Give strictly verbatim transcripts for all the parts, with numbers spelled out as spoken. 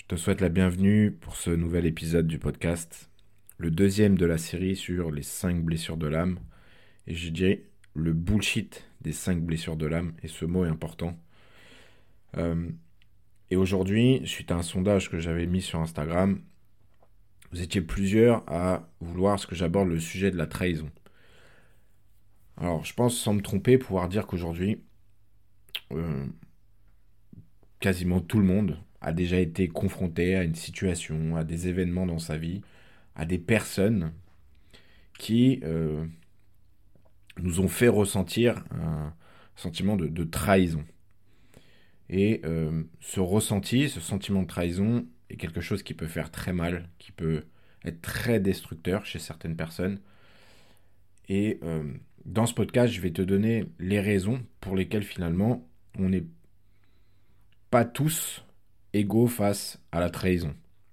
te souhaite la bienvenue pour ce nouvel épisode du podcast, le deuxième de la série sur les cinq blessures de l'âme. Et je dirais le bullshit des cinq blessures de l'âme, et ce mot est important. Euh, et aujourd'hui, suite à un sondage que j'avais mis sur Instagram, vous étiez plusieurs à vouloir ce que j'aborde le sujet de la trahison. Alors, je pense sans me tromper pouvoir dire qu'aujourd'hui, euh, quasiment tout le monde a déjà été confronté à une situation, à des événements dans sa vie, à des personnes qui euh, nous ont fait ressentir un sentiment de, de trahison. Et euh, ce ressenti, ce sentiment de trahison est quelque chose qui peut faire très mal, qui peut être très destructeur chez certaines personnes. Et euh, dans ce podcast, je vais te donner les raisons pour lesquelles finalement on n'est pas tous égaux face à la trahison.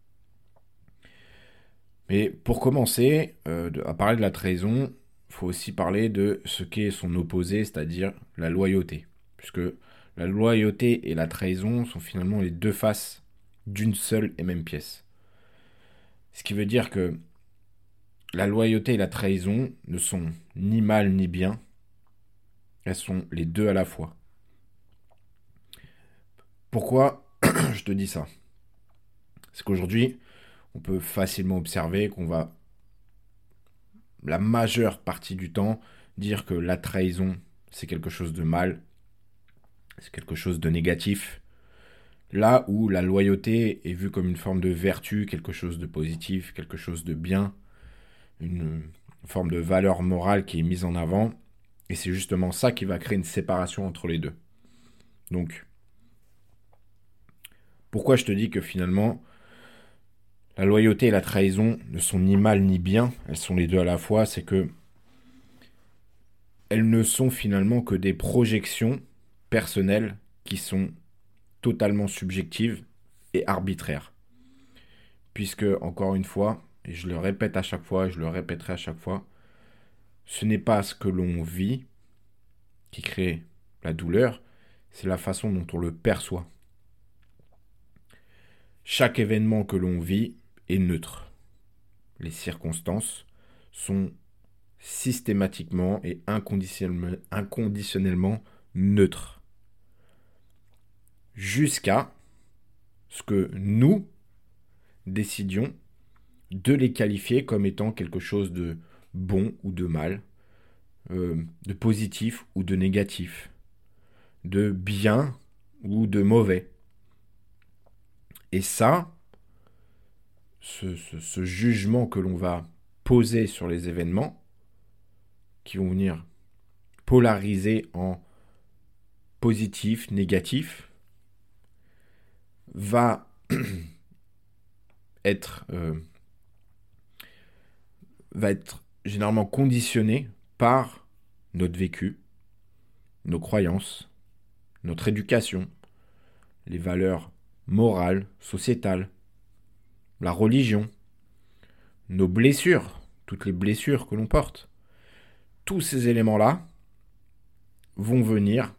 Mais pour commencer euh, à parler de la trahison, il faut aussi parler de ce qu'est son opposé, c'est-à-dire la loyauté. Puisque la loyauté et la trahison sont finalement les deux faces d'une seule et même pièce. Ce qui veut dire que la loyauté et la trahison ne sont ni mal ni bien, elles sont les deux à la fois. Pourquoi je te dis ça? C'est qu'aujourd'hui, on peut facilement observer qu'on va, la majeure partie du temps, dire que la trahison, c'est quelque chose de mal, c'est quelque chose de négatif. Là où la loyauté est vue comme une forme de vertu, quelque chose de positif, quelque chose de bien, une forme de valeur morale qui est mise en avant. Et c'est justement ça qui va créer une séparation entre les deux. Donc, pourquoi je te dis que finalement, la loyauté et la trahison ne sont ni mal ni bien, elles sont les deux à la fois, c'est que elles ne sont finalement que des projections personnelles qui sont totalement subjectives et arbitraires. Puisque, encore une fois, et je le répète à chaque fois, et je le répéterai à chaque fois, ce n'est pas ce que l'on vit qui crée la douleur, c'est la façon dont on le perçoit. Chaque événement que l'on vit est neutre. Les circonstances sont systématiquement et inconditionnellement, inconditionnellement neutres. Jusqu'à ce que nous décidions de les qualifier comme étant quelque chose de bon ou de mal, euh, de positif ou de négatif, de bien ou de mauvais. Et ça, ce, ce, ce jugement que l'on va poser sur les événements, qui vont venir polariser en positif, négatif, va être, euh, va être généralement conditionné par notre vécu, nos croyances, notre éducation, les valeurs morales, sociétales, la religion, nos blessures, toutes les blessures que l'on porte. Tous ces éléments-là vont venir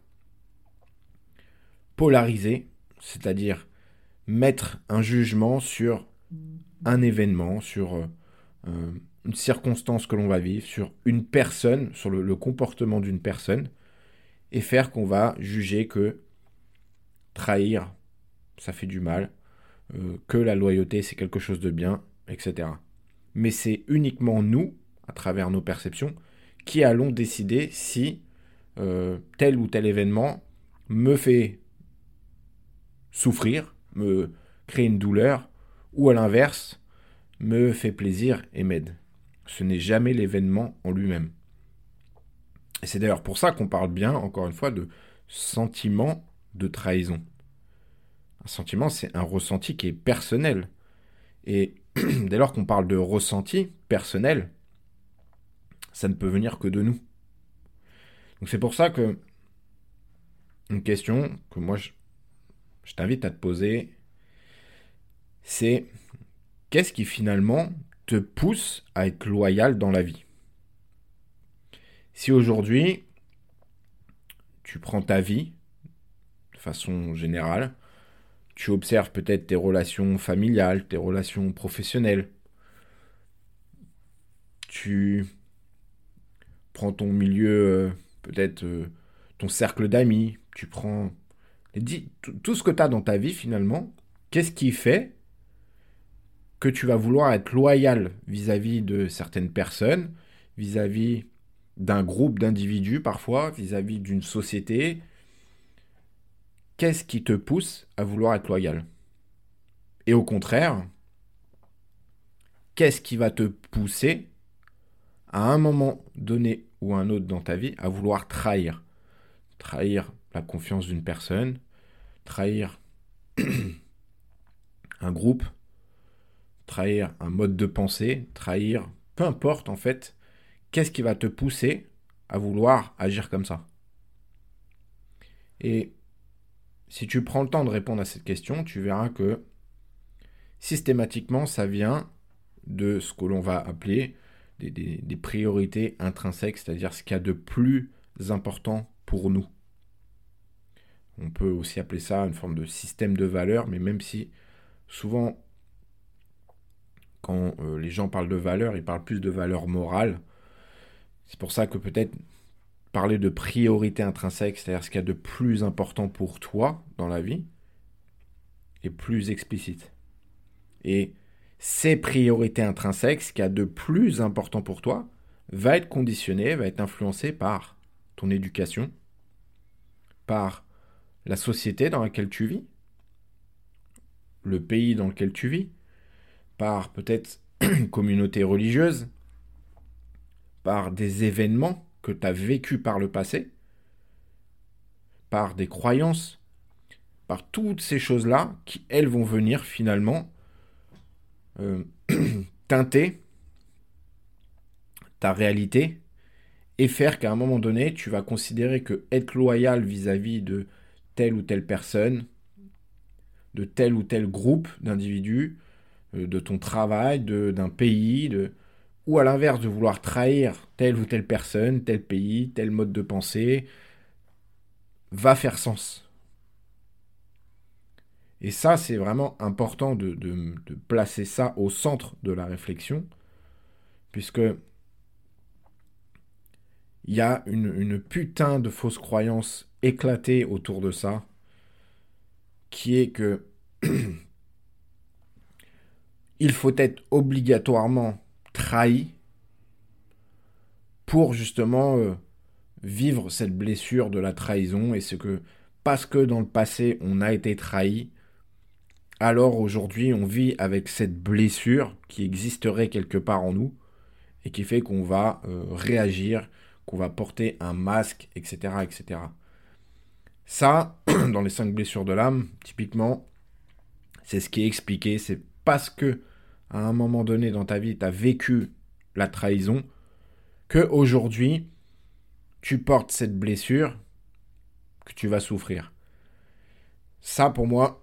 polariser, c'est-à-dire mettre un jugement sur un événement, sur euh, une circonstance que l'on va vivre, sur une personne, sur le, le comportement d'une personne, et faire qu'on va juger que trahir, ça fait du mal, euh, que la loyauté, c'est quelque chose de bien, et cetera. Mais c'est uniquement nous, à travers nos perceptions, qui allons décider si euh, tel ou tel événement me fait souffrir, me crée une douleur, ou à l'inverse, me fait plaisir et m'aide. Ce n'est jamais l'événement en lui-même. Et c'est d'ailleurs pour ça qu'on parle bien, encore une fois, de sentiment de trahison. Un sentiment, c'est un ressenti qui est personnel. Et dès lors qu'on parle de ressenti personnel, ça ne peut venir que de nous. Donc c'est pour ça que une question que moi je, je t'invite à te poser, c'est qu'est-ce qui finalement te pousse à être loyal dans la vie? Si aujourd'hui, tu prends ta vie de façon générale, Tu observes peut-être tes relations familiales, tes relations professionnelles. Tu prends ton milieu, euh, peut-être euh, ton cercle d'amis. Tu prends les dix- tout tout ce que tu as dans ta vie finalement. Qu'est-ce qui fait que tu vas vouloir être loyal vis-à-vis de certaines personnes, vis-à-vis d'un groupe d'individus parfois, vis-à-vis d'une société? Qu'est-ce qui te pousse à vouloir être loyal? Et au contraire, qu'est-ce qui va te pousser à un moment donné ou un autre dans ta vie à vouloir trahir? Trahir la confiance d'une personne, trahir un groupe, trahir un mode de pensée, trahir, peu importe en fait, qu'est-ce qui va te pousser à vouloir agir comme ça? Et si tu prends le temps de répondre à cette question, tu verras que systématiquement, ça vient de ce que l'on va appeler des, des- des priorités intrinsèques, c'est-à-dire ce qu'il y a de plus important pour nous. On peut aussi appeler ça une forme de système de valeurs, mais même si souvent, quand euh, les gens parlent de valeurs, ils parlent plus de valeurs morales. C'est pour ça que peut-être parler de priorité intrinsèque, c'est-à-dire ce qu'il y a de plus important pour toi dans la vie, est plus explicite. Et ces priorités intrinsèques, ce qu'il y a de plus important pour toi, va être conditionné, va être influencé par ton éducation, par la société dans laquelle tu vis, le pays dans lequel tu vis, par peut-être une communauté religieuse, par des événements que tu as vécus par le passé, par des croyances, par toutes ces choses-là qui, elles, vont venir finalement euh, teinter ta réalité et faire qu'à un moment donné, tu vas considérer que être loyal vis-à-vis de telle ou telle personne, de tel ou tel groupe d'individus, euh, de ton travail, de, d'un pays, de, ou à l'inverse de vouloir trahir telle ou telle personne, tel pays, tel mode de pensée, va faire sens. Et ça, c'est vraiment important de, de, de placer ça au centre de la réflexion, puisque il y a une, une putain de fausse croyance éclatée autour de ça, qui est que il faut être obligatoirement trahi pour justement euh, vivre cette blessure de la trahison, et c'est que parce que dans le passé on a été trahi, alors aujourd'hui on vit avec cette blessure qui existerait quelque part en nous et qui fait qu'on va euh, réagir, qu'on va porter un masque, et cetera, et cetera. Ça, dans les cinq blessures de l'âme, typiquement, c'est ce qui est expliqué. C'est parce que à un moment donné dans ta vie, tu as vécu la trahison, que aujourd'hui, tu portes cette blessure que tu vas souffrir. Ça, pour moi,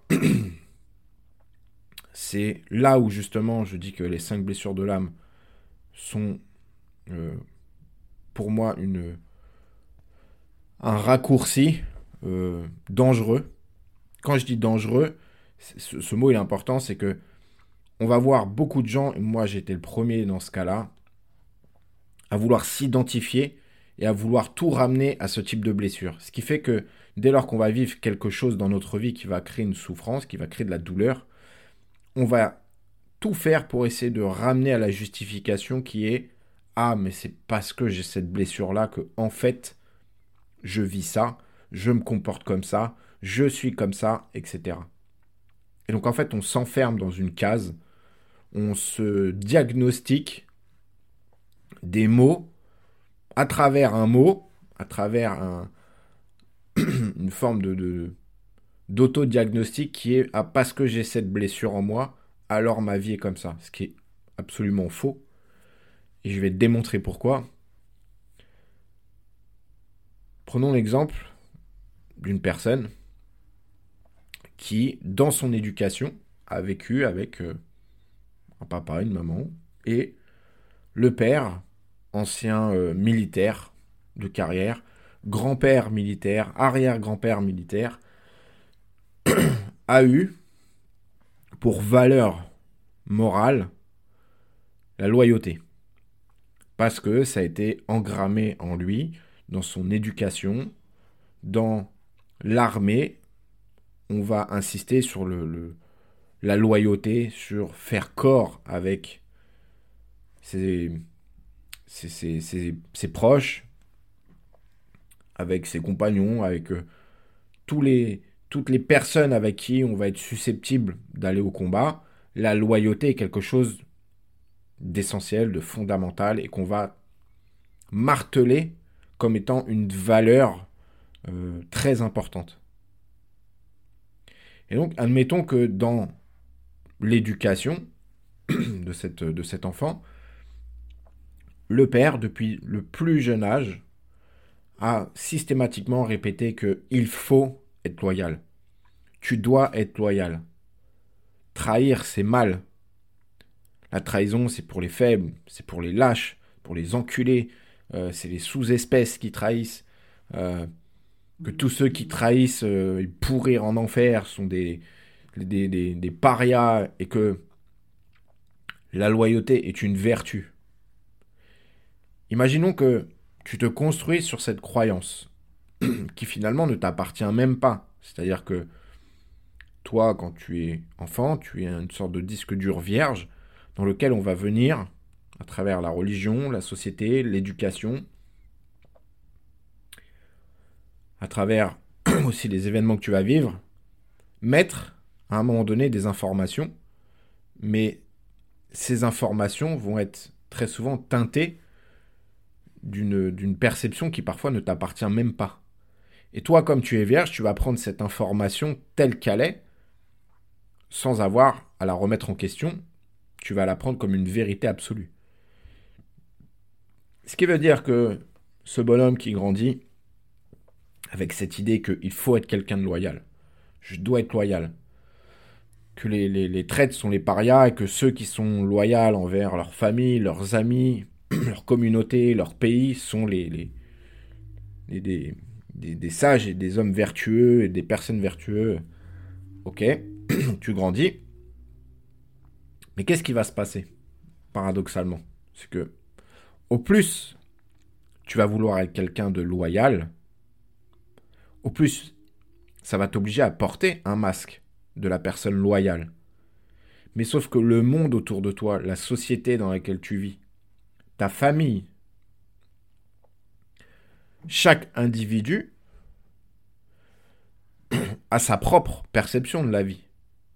c'est là où justement je dis que les cinq blessures de l'âme sont, euh, pour moi, une, un raccourci euh, dangereux. Quand je dis dangereux, ce, ce mot il est important, c'est que on va voir beaucoup de gens, et moi j'étais le premier dans ce cas-là, à vouloir s'identifier et à vouloir tout ramener à ce type de blessure. Ce qui fait que dès lors qu'on va vivre quelque chose dans notre vie qui va créer une souffrance, qui va créer de la douleur, on va tout faire pour essayer de ramener à la justification qui est ah mais c'est parce que j'ai cette blessure-là que en fait je vis ça, je me comporte comme ça, je suis comme ça, et cetera. Et donc en fait on s'enferme dans une case, on se diagnostique des mots à travers un mot, à travers un, une forme de, de d'autodiagnostic qui est ah, parce que j'ai cette blessure en moi, alors ma vie est comme ça. Ce qui est absolument faux. Et je vais te démontrer pourquoi. Prenons l'exemple d'une personne qui, dans son éducation, a vécu avec euh, un papa, une maman, et le père, ancien euh, militaire de carrière, grand-père militaire, arrière-grand-père militaire, a eu pour valeur morale la loyauté. Parce que ça a été engrammé en lui, dans son éducation, dans l'armée. On va insister sur le, le, la loyauté, sur faire corps avec ses, ses, ses, ses, ses proches, avec ses compagnons, avec euh, tous les, toutes les personnes avec qui on va être susceptible d'aller au combat. La loyauté est quelque chose d'essentiel, de fondamental, et qu'on va marteler comme étant une valeur euh, très importante. Et donc, admettons que dans l'éducation de, cette, de cet enfant, le père, depuis le plus jeune âge, a systématiquement répété qu'il faut être loyal. Tu dois être loyal. Trahir, c'est mal. La trahison, c'est pour les faibles, c'est pour les lâches, pour les enculés, euh, c'est les sous-espèces qui trahissent. Euh, que tous ceux qui trahissent euh, pourrir en enfer sont des, des, des, des parias, et que la loyauté est une vertu. Imaginons que tu te construis sur cette croyance qui finalement ne t'appartient même pas. C'est-à-dire que toi, quand tu es enfant, tu es une sorte de disque dur vierge dans lequel on va venir, à travers la religion, la société, l'éducation, à travers aussi les événements que tu vas vivre, mettre à un moment donné des informations, mais ces informations vont être très souvent teintées d'une, d'une perception qui parfois ne t'appartient même pas. Et toi, comme tu es vierge, tu vas prendre cette information telle qu'elle est, sans avoir à la remettre en question. Tu vas la prendre comme une vérité absolue. Ce qui veut dire que ce bonhomme qui grandit avec cette idée qu'il faut être quelqu'un de loyal, je dois être loyal, que les, les, les traîtres sont les parias et que ceux qui sont loyaux envers leur famille, leurs amis, leur communauté, leur pays sont les, les, les des, des, des sages et des hommes vertueux et des personnes vertueuses. Ok, tu grandis. Mais qu'est-ce qui va se passer, paradoxalement? C'est que, au plus tu vas vouloir être quelqu'un de loyal, au plus ça va t'obliger à porter un masque de la personne loyale. Mais sauf que le monde autour de toi, la société dans laquelle tu vis, ta famille, chaque individu a sa propre perception de la vie.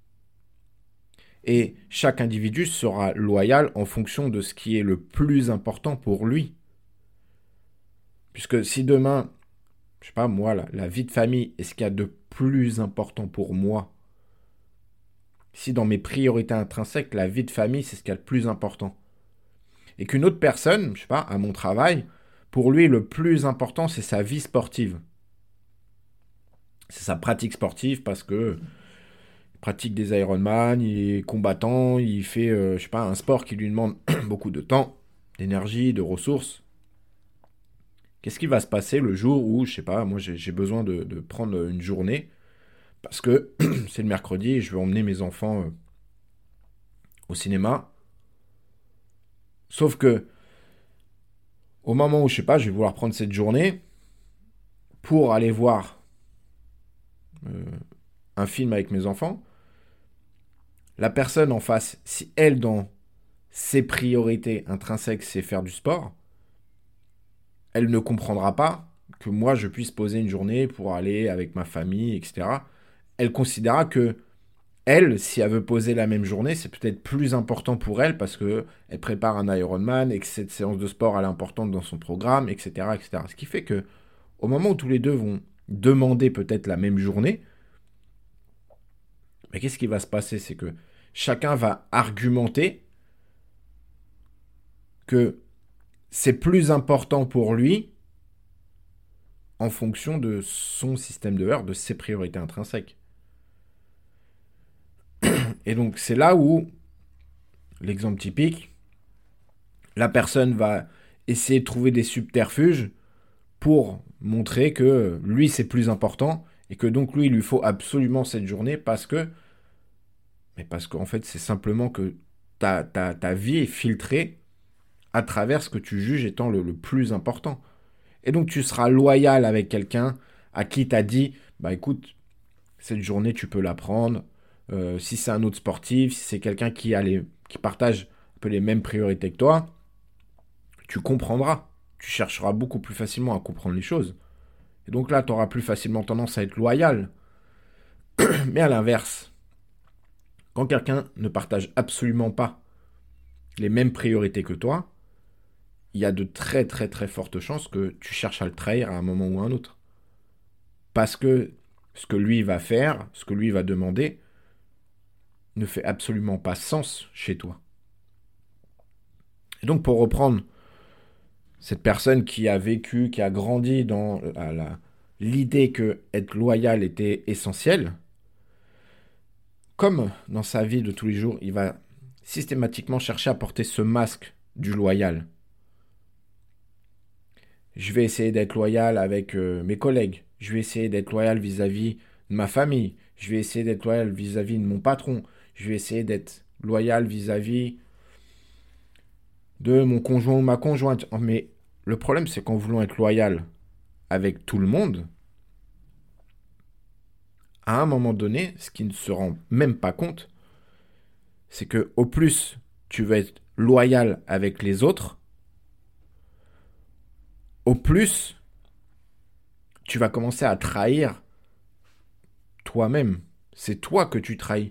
Et chaque individu sera loyal en fonction de ce qui est le plus important pour lui. Puisque si demain, je sais pas moi, la, la vie de famille est ce qu'il y a de plus important pour moi, si dans mes priorités intrinsèques, la vie de famille c'est ce qu'il y a de plus important, et qu'une autre personne, je sais pas, à mon travail, pour lui le plus important c'est sa vie sportive, c'est sa pratique sportive parce que il pratique des Ironman, il est combattant, il fait, euh, je sais pas, un sport qui lui demande beaucoup de temps, d'énergie, de ressources. Qu'est-ce qui va se passer le jour où, je sais pas, moi j'ai, j'ai besoin de, de prendre une journée parce que c'est le mercredi et je vais emmener mes enfants euh, au cinéma. Sauf que au moment où, je sais pas, je vais vouloir prendre cette journée pour aller voir euh, un film avec mes enfants, la personne en face, si elle, dans ses priorités intrinsèques, c'est faire du sport, elle ne comprendra pas que moi, je puisse poser une journée pour aller avec ma famille, et cetera. Elle considérera que elle, si elle veut poser la même journée, c'est peut-être plus important pour elle parce qu'elle prépare un Ironman et que cette séance de sport elle est importante dans son programme, et cetera, et cetera. Ce qui fait que au moment où tous les deux vont demander peut-être la même journée, mais qu'est-ce qui va se passer? C'est que chacun va argumenter que c'est plus important pour lui en fonction de son système de valeurs, de ses priorités intrinsèques. Et donc c'est là où, l'exemple typique, la personne va essayer de trouver des subterfuges pour montrer que lui c'est plus important et que donc lui il lui faut absolument cette journée parce que Mais parce qu'en fait, c'est simplement que ta, ta, ta vie est filtrée à travers ce que tu juges étant le, le plus important. Et donc, tu seras loyal avec quelqu'un à qui t'as dit, bah écoute, cette journée, tu peux la prendre. Euh, si c'est un autre sportif, si c'est quelqu'un qui, a les, qui partage un peu les mêmes priorités que toi, tu comprendras. Tu chercheras beaucoup plus facilement à comprendre les choses. Et donc là, tu auras plus facilement tendance à être loyal. Mais à l'inverse, quand quelqu'un ne partage absolument pas les mêmes priorités que toi, il y a de très très très fortes chances que tu cherches à le trahir à un moment ou à un autre. Parce que ce que lui va faire, ce que lui va demander, ne fait absolument pas sens chez toi. Et donc pour reprendre cette personne qui a vécu, qui a grandi dans la, la, l'idée que être loyal était essentiel, comme dans sa vie de tous les jours, il va systématiquement chercher à porter ce masque du loyal. Je vais essayer d'être loyal avec euh, mes collègues. Je vais essayer d'être loyal vis-à-vis de ma famille. Je vais essayer d'être loyal vis-à-vis de mon patron. Je vais essayer d'être loyal vis-à-vis de mon conjoint ou ma conjointe. Mais le problème, c'est qu'en voulant être loyal avec tout le monde, à un moment donné, ce qui ne se rend même pas compte, c'est que au plus tu veux être loyal avec les autres, au plus tu vas commencer à trahir toi-même. C'est toi que tu trahis.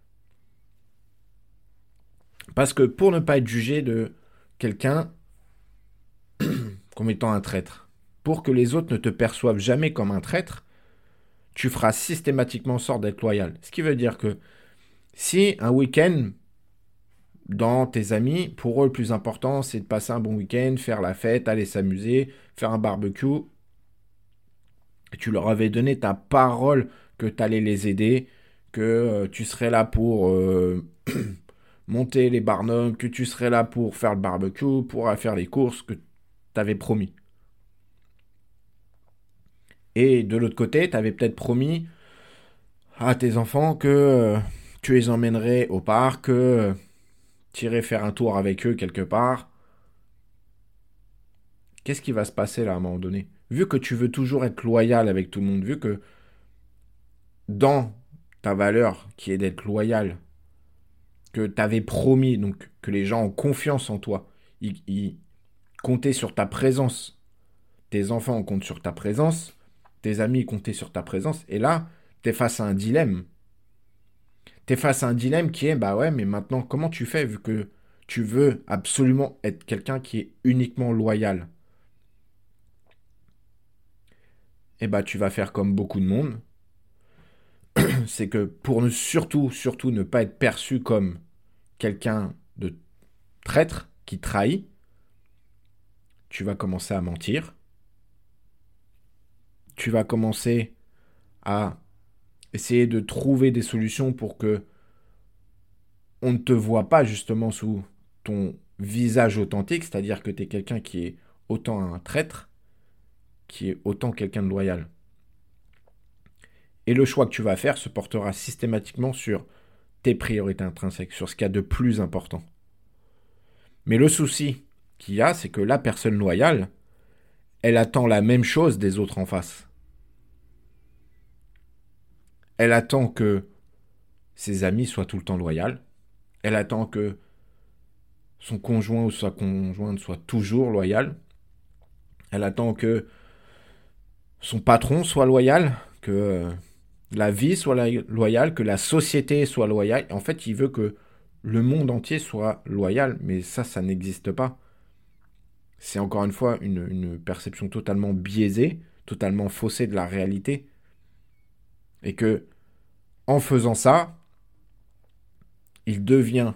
Parce que pour ne pas être jugé de quelqu'un comme étant un traître, pour que les autres ne te perçoivent jamais comme un traître, tu feras systématiquement en sorte d'être loyal. Ce qui veut dire que si un week-end, dans tes amis, pour eux le plus important c'est de passer un bon week-end, faire la fête, aller s'amuser, faire un barbecue, et tu leur avais donné ta parole que tu allais les aider, que euh, tu serais là pour euh, monter les barnums, que tu serais là pour faire le barbecue, pour aller faire les courses, que tu avais promis. Et de l'autre côté, tu avais peut-être promis à tes enfants que euh, tu les emmènerais au parc, que euh, tu irais faire un tour avec eux quelque part. Qu'est-ce qui va se passer là à un moment donné? Vu que tu veux toujours être loyal avec tout le monde, vu que dans ta valeur qui est d'être loyal, que tu avais promis, donc que les gens ont confiance en toi, ils, ils comptaient sur ta présence, tes enfants comptent sur ta présence, tes amis comptaient sur ta présence, et là, tu es face à un dilemme. Tu es face à un dilemme qui est, bah ouais, mais maintenant, comment tu fais vu que tu veux absolument être quelqu'un qui est uniquement loyal? Eh bah, tu vas faire comme beaucoup de monde. C'est que pour ne surtout, surtout ne pas être perçu comme quelqu'un de traître, qui trahit, tu vas commencer à mentir. Tu vas commencer à essayer de trouver des solutions pour que on ne te voit pas justement sous ton visage authentique, c'est-à-dire que tu es quelqu'un qui est autant un traître, qui est autant quelqu'un de loyal. Et le choix que tu vas faire se portera systématiquement sur tes priorités intrinsèques, sur ce qu'il y a de plus important. Mais le souci qu'il y a, c'est que la personne loyale, elle attend la même chose des autres en face. Elle attend que ses amis soient tout le temps loyaux. Elle attend que son conjoint ou sa conjointe soit toujours loyal. Elle attend que son patron soit loyal, que euh, la vie soit loyale, que la société soit loyale. En fait, il veut que le monde entier soit loyal, mais ça, ça n'existe pas. C'est encore une fois une, une perception totalement biaisée, totalement faussée de la réalité. Et que, en faisant ça, il devient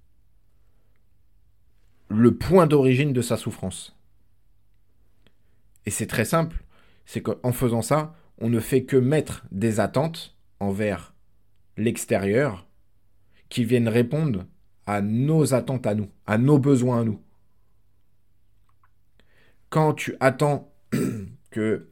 le point d'origine de sa souffrance. Et c'est très simple, c'est qu'en faisant ça, on ne fait que mettre des attentes envers l'extérieur qui viennent répondre à nos attentes à nous, à nos besoins à nous. Quand tu attends que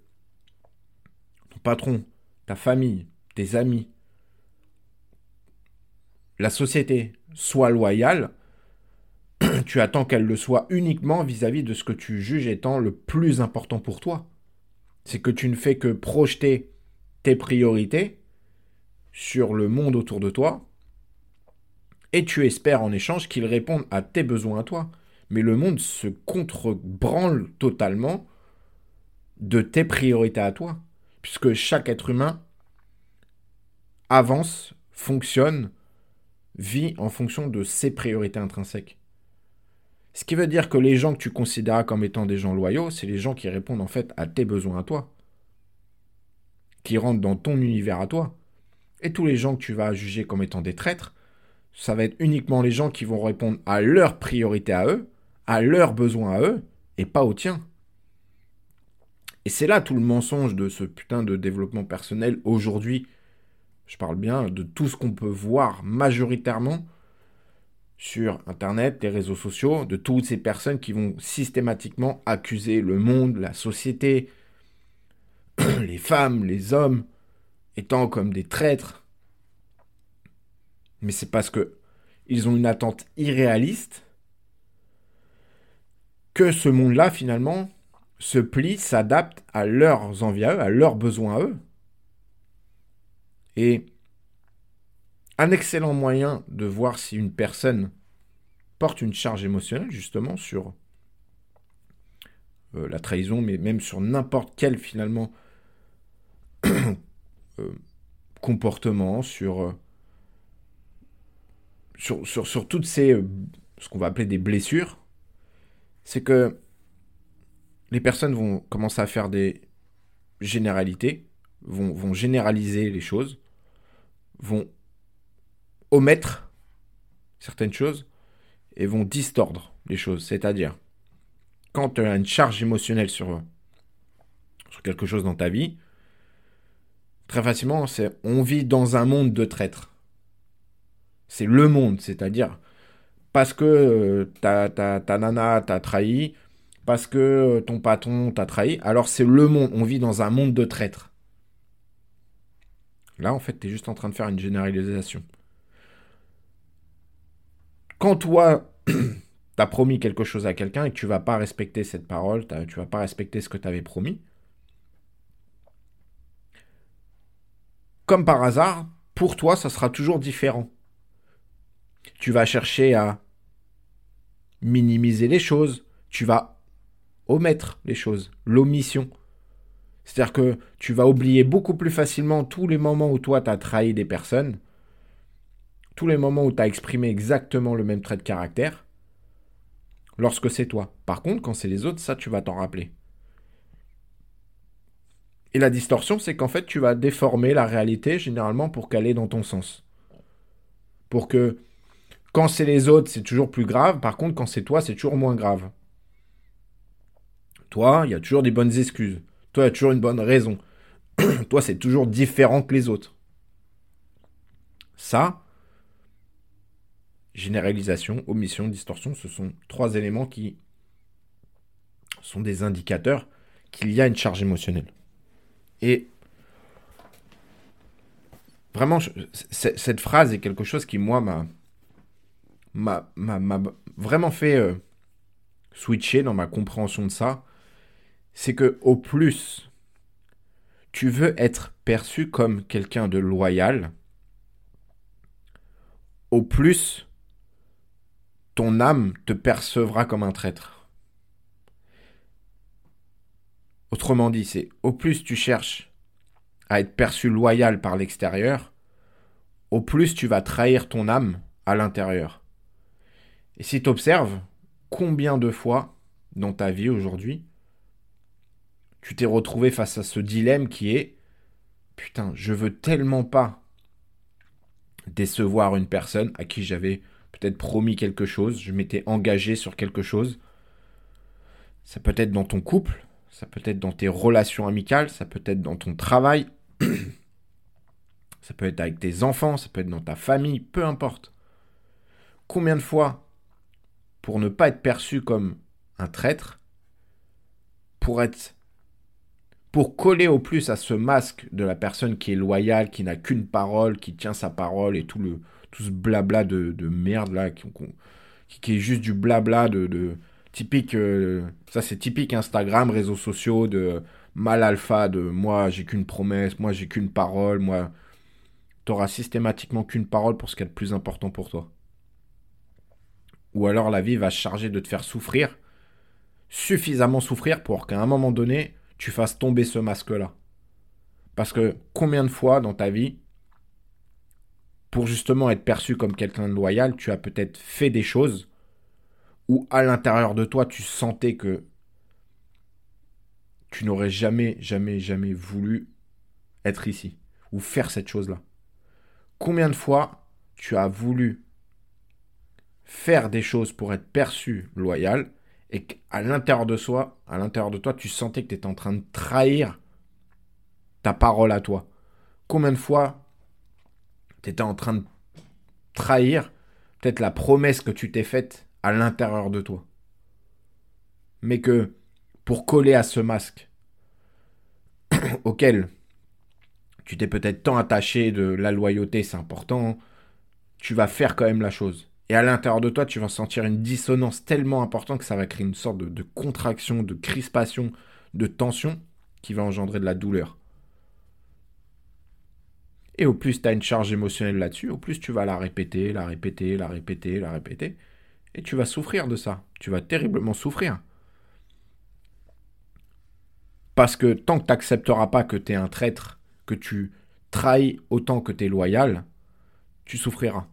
ton patron, ta famille, tes amis la société soit loyale, tu attends qu'elle le soit uniquement vis-à-vis de ce que tu juges étant le plus important pour toi. C'est que tu ne fais que projeter tes priorités sur le monde autour de toi et tu espères en échange qu'il réponde à tes besoins à toi. Mais le monde se contre-branle totalement de tes priorités à toi, puisque chaque être humain avance, fonctionne, vit en fonction de ses priorités intrinsèques. Ce qui veut dire que les gens que tu considéras comme étant des gens loyaux, c'est les gens qui répondent en fait à tes besoins à toi, qui rentrent dans ton univers à toi. Et tous les gens que tu vas juger comme étant des traîtres, ça va être uniquement les gens qui vont répondre à leurs priorités à eux, à leurs besoins à eux, et pas aux tiens. Et c'est là tout le mensonge de ce putain de développement personnel aujourd'hui. Je parle bien de tout ce qu'on peut voir majoritairement sur Internet, les réseaux sociaux, de toutes ces personnes qui vont systématiquement accuser le monde, la société, les femmes, les hommes, étant comme des traîtres. Mais c'est parce que ils ont une attente irréaliste que ce monde-là, finalement, se plie, s'adapte à leurs envies à eux, à leurs besoins à eux. Et un excellent moyen de voir si une personne porte une charge émotionnelle, justement, sur euh, la trahison, mais même sur n'importe quel, finalement, euh, comportement, sur, euh, sur, sur, sur toutes ces, euh, ce qu'on va appeler des blessures, c'est que les personnes vont commencer à faire des généralités, vont, vont généraliser les choses, vont omettre certaines choses et vont distordre les choses. C'est-à-dire, quand tu as une charge émotionnelle sur, sur quelque chose dans ta vie, très facilement, c'est on vit dans un monde de traîtres. C'est le monde, c'est-à-dire parce que euh, ta, ta, ta nana t'a trahi, parce que euh, ton patron t'a trahi, alors c'est le monde. On vit dans un monde de traîtres. Là, en fait, tu es juste en train de faire une généralisation. Quand toi, t'as promis quelque chose à quelqu'un et que tu vas pas respecter cette parole, tu vas pas respecter ce que tu avais promis, comme par hasard, pour toi, ça sera toujours différent. Tu vas chercher à minimiser les choses, tu vas omettre les choses, l'omission. C'est-à-dire que tu vas oublier beaucoup plus facilement tous les moments où toi, tu as trahi des personnes, tous les moments où tu as exprimé exactement le même trait de caractère, lorsque c'est toi. Par contre, quand c'est les autres, ça, tu vas t'en rappeler. Et la distorsion, c'est qu'en fait, tu vas déformer la réalité, généralement, pour qu'elle aille dans ton sens. Pour que, quand c'est les autres, c'est toujours plus grave. Par contre, quand c'est toi, c'est toujours moins grave. Toi, il y a toujours des bonnes excuses. Toi, il y a toujours une bonne raison. Toi, c'est toujours différent que les autres. Ça, généralisation, omission, distorsion, ce sont trois éléments qui sont des indicateurs qu'il y a une charge émotionnelle. Et vraiment, je, c- cette phrase est quelque chose qui, moi, m'a, m'a, m'a, m'a vraiment fait euh, switcher dans ma compréhension de ça. C'est que au plus tu veux être perçu comme quelqu'un de loyal, au plus ton âme te percevra comme un traître. Autrement dit, c'est au plus tu cherches à être perçu loyal par l'extérieur, au plus tu vas trahir ton âme à l'intérieur. Et si tu observes, combien de fois dans ta vie aujourd'hui, tu t'es retrouvé face à ce dilemme qui est « Putain, je veux tellement pas décevoir une personne à qui j'avais peut-être promis quelque chose, je m'étais engagé sur quelque chose. » Ça peut être dans ton couple, ça peut être dans tes relations amicales, ça peut être dans ton travail, ça peut être avec tes enfants, ça peut être dans ta famille, peu importe. Combien de fois, pour ne pas être perçu comme un traître, pour être, pour coller au plus à ce masque de la personne qui est loyale, qui n'a qu'une parole, qui tient sa parole et tout le, tout ce blabla de, de merde là, qui, qui, qui est juste du blabla de, de typique, euh, ça c'est typique Instagram, réseaux sociaux, de mal alpha, de moi j'ai qu'une promesse, moi j'ai qu'une parole, moi t'auras systématiquement qu'une parole pour ce qui est le plus important pour toi. Ou alors la vie va se charger de te faire souffrir, suffisamment souffrir pour qu'à un moment donné, tu fasses tomber ce masque-là. Parce que combien de fois dans ta vie, pour justement être perçu comme quelqu'un de loyal, tu as peut-être fait des choses où à l'intérieur de toi, tu sentais que tu n'aurais jamais, jamais, jamais voulu être ici ou faire cette chose-là. Combien de fois tu as voulu faire des choses pour être perçu loyal et qu'à l'intérieur de soi, à l'intérieur de toi, tu sentais que tu étais en train de trahir ta parole à toi. Combien de fois tu étais en train de trahir peut-être la promesse que tu t'es faite à l'intérieur de toi. Mais que pour coller à ce masque auquel tu t'es peut-être tant attaché, de la loyauté, c'est important, tu vas faire quand même la chose. Et à l'intérieur de toi, tu vas sentir une dissonance tellement importante que ça va créer une sorte de, de contraction, de crispation, de tension qui va engendrer de la douleur. Et au plus tu as une charge émotionnelle là-dessus, au plus tu vas la répéter, la répéter, la répéter, la répéter. Et tu vas souffrir de ça. Tu vas terriblement souffrir. Parce que tant que tu n'accepteras pas que tu es un traître, que tu trahis autant que tu es loyal, tu souffriras.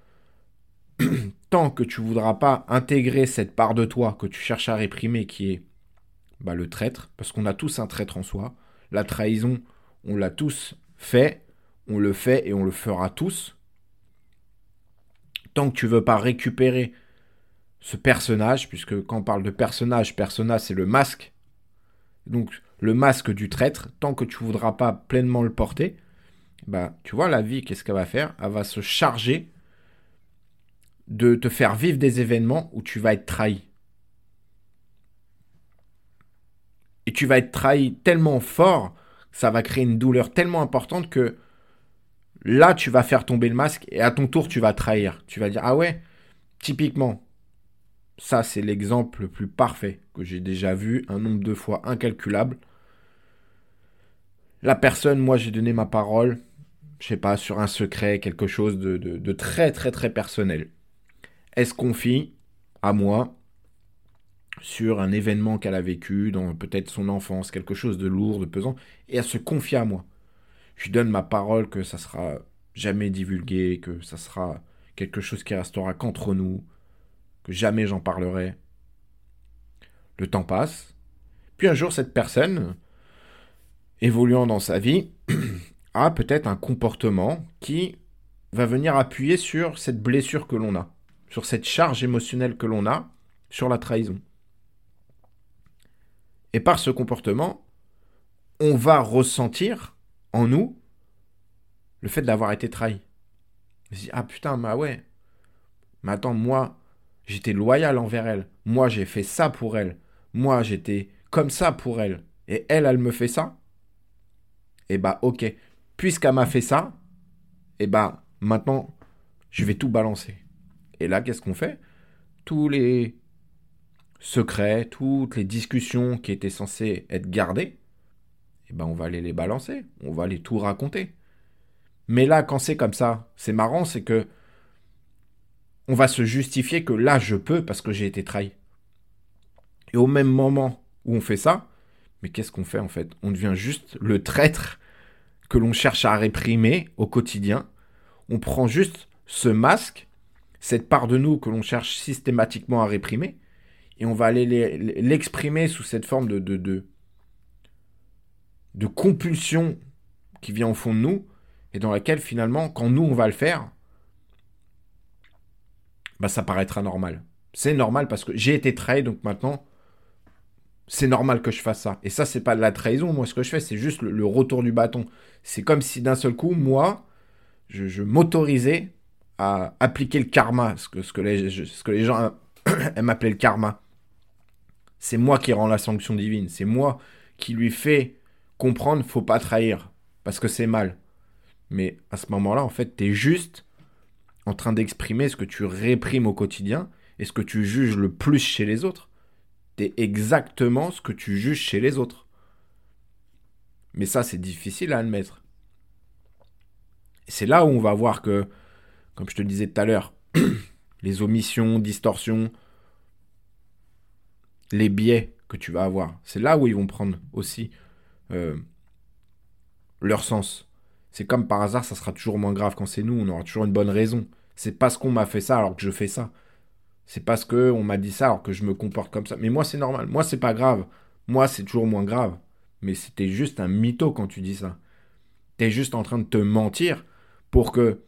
Tant que tu ne voudras pas intégrer cette part de toi que tu cherches à réprimer, qui est bah, le traître, parce qu'on a tous un traître en soi. La trahison, on l'a tous fait, on le fait et on le fera tous. Tant que tu ne veux pas récupérer ce personnage, puisque quand on parle de personnage, personnage c'est le masque, donc le masque du traître, tant que tu ne voudras pas pleinement le porter, bah, tu vois, la vie, qu'est-ce qu'elle va faire? Elle va se charger de te faire vivre des événements où tu vas être trahi. Et tu vas être trahi tellement fort, ça va créer une douleur tellement importante que là, tu vas faire tomber le masque et à ton tour, tu vas trahir. Tu vas dire, ah ouais, typiquement, ça, c'est l'exemple le plus parfait que j'ai déjà vu, un nombre de fois incalculable. La personne, moi, j'ai donné ma parole, je sais pas, sur un secret, quelque chose de, de, de très, très, très personnel. Elle se confie à moi sur un événement qu'elle a vécu dans peut-être son enfance, quelque chose de lourd, de pesant, et elle se confie à moi. Je lui donne ma parole que ça sera jamais divulgué, que ça sera quelque chose qui restera qu'entre nous, que jamais j'en parlerai. Le temps passe. Puis un jour, cette personne, évoluant dans sa vie, a peut-être un comportement qui va venir appuyer sur cette blessure que l'on a, sur cette charge émotionnelle que l'on a, sur la trahison. Et par ce comportement, on va ressentir en nous le fait d'avoir été trahi. On se dit, ah putain, bah ouais, mais attends, moi, j'étais loyal envers elle. Moi, j'ai fait ça pour elle. Moi, j'étais comme ça pour elle. Et elle, elle me fait ça. Et bah, ok. Puisqu'elle m'a fait ça, et bah, maintenant, je vais tout balancer. Et là, qu'est-ce qu'on fait? Tous les secrets, toutes les discussions qui étaient censées être gardées, et ben, on va aller les balancer. On va aller tout raconter. Mais là, quand c'est comme ça, c'est marrant, c'est que on va se justifier que là, je peux parce que j'ai été trahi. Et au même moment où on fait ça, mais qu'est-ce qu'on fait en fait? On devient juste le traître que l'on cherche à réprimer au quotidien. On prend juste ce masque, cette part de nous que l'on cherche systématiquement à réprimer, et on va aller l'exprimer sous cette forme de, de, de, de compulsion qui vient au fond de nous, et dans laquelle finalement, quand nous on va le faire, bah ça paraîtra normal. C'est normal parce que j'ai été trahi, donc maintenant, c'est normal que je fasse ça. Et ça, c'est pas de la trahison. Moi, ce que je fais, c'est juste le, le retour du bâton. C'est comme si d'un seul coup, moi, je, je m'autorisais à appliquer le karma, ce que, ce que, les, ce que les gens aiment appeler le karma. C'est moi qui rends la sanction divine. C'est moi qui lui fais comprendre, faut pas trahir, parce que c'est mal. Mais à ce moment-là, en fait, t'es juste en train d'exprimer, ce que tu réprimes au quotidien et ce que tu juges le plus chez les autres, t'es exactement ce que tu juges chez les autres. Mais ça, c'est difficile à admettre. Et c'est là où on va voir que, comme je te le disais tout à l'heure, les omissions, distorsions, les biais que tu vas avoir, c'est là où ils vont prendre aussi euh, leur sens. C'est comme par hasard, ça sera toujours moins grave quand c'est nous, on aura toujours une bonne raison. C'est parce qu'on m'a fait ça alors que je fais ça. C'est parce qu'on m'a dit ça alors que je me comporte comme ça. Mais moi, c'est normal. Moi, c'est pas grave. Moi, c'est toujours moins grave. Mais c'était juste un mytho quand tu dis ça. T'es juste en train de te mentir pour que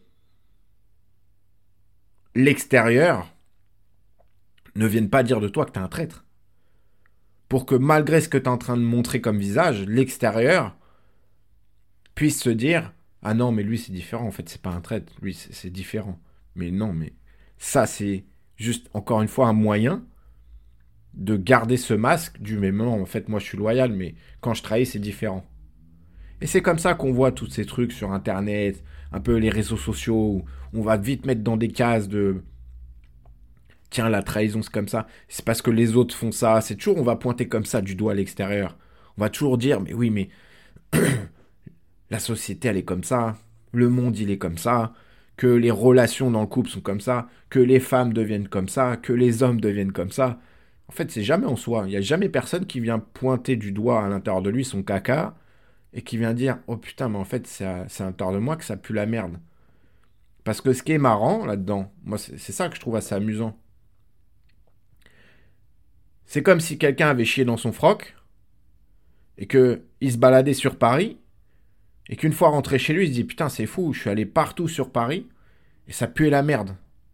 l'extérieur ne vienne pas dire de toi que t'es un traître. Pour que malgré ce que t'es en train de montrer comme visage, l'extérieur puisse se dire « Ah non, mais lui, c'est différent. En fait, c'est pas un traître. Lui, c'est, c'est différent. » Mais non, mais ça, c'est juste, encore une fois, un moyen de garder ce masque du même non, en fait, moi, je suis loyal, mais quand je trahis, c'est différent. Et c'est comme ça qu'on voit tous ces trucs sur Internet, un peu les réseaux sociaux, où on va vite mettre dans des cases de tiens, la trahison, c'est comme ça. C'est parce que les autres font ça. C'est toujours, on va pointer comme ça du doigt à l'extérieur. On va toujours dire, mais oui, mais la société, elle est comme ça. Le monde, il est comme ça. Que les relations dans le couple sont comme ça. Que les femmes deviennent comme ça. Que les hommes deviennent comme ça. En fait, c'est jamais en soi. Il n'y a jamais personne qui vient pointer du doigt à l'intérieur de lui son caca et qui vient dire, oh putain, mais en fait, c'est à, c'est à l'intérieur de moi que ça pue la merde. Parce que ce qui est marrant là-dedans, moi, c'est, c'est ça que je trouve assez amusant. C'est comme si quelqu'un avait chié dans son froc et qu'il se baladait sur Paris et qu'une fois rentré chez lui, il se dit putain, c'est fou, je suis allé partout sur Paris et ça puait la merde.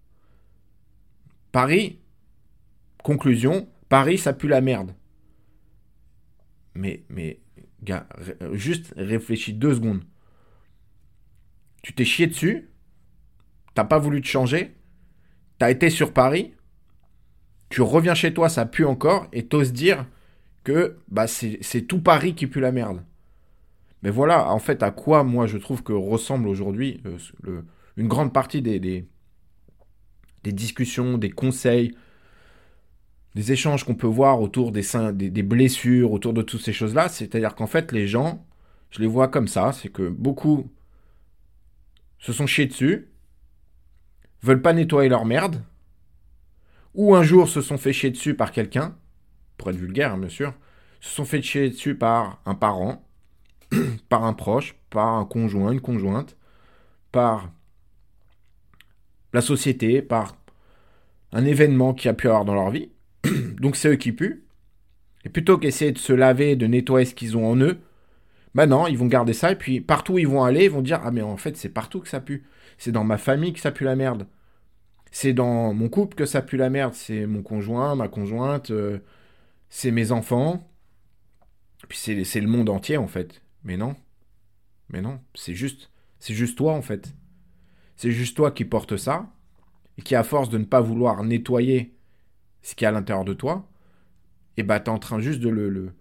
Paris, conclusion, Paris, ça pue la merde. Mais, mais, gars, juste réfléchis deux secondes. Tu t'es chié dessus, t'as pas voulu te changer, t'as été sur Paris, tu reviens chez toi, ça pue encore, et t'oses dire que bah, c'est, c'est tout Paris qui pue la merde. Mais voilà, en fait, à quoi moi je trouve que ressemble aujourd'hui euh, le, une grande partie des, des, des discussions, des conseils, des échanges qu'on peut voir autour des, des, des blessures, autour de toutes ces choses-là. C'est-à-dire qu'en fait, les gens, je les vois comme ça, c'est que beaucoup se sont chiés dessus, veulent pas nettoyer leur merde, ou un jour se sont fait chier dessus par quelqu'un, pour être vulgaire, hein, bien sûr, se sont fait chier dessus par un parent, par un proche, par un conjoint, une conjointe, par la société, par un événement qui a pu avoir dans leur vie. Donc c'est eux qui puent. Et plutôt qu'essayer de se laver, de nettoyer ce qu'ils ont en eux, bah non, ils vont garder ça, et puis partout où ils vont aller, ils vont dire « Ah mais en fait, c'est partout que ça pue. C'est dans ma famille que ça pue la merde. C'est dans mon couple que ça pue la merde. C'est mon conjoint, ma conjointe, euh, c'est mes enfants. Puis c'est, c'est le monde entier, en fait. » Mais non. Mais non, c'est juste, c'est juste toi, en fait. C'est juste toi qui porte ça, et qui, à force de ne pas vouloir nettoyer ce qu'il y a à l'intérieur de toi, et bah t'es en train juste de le... le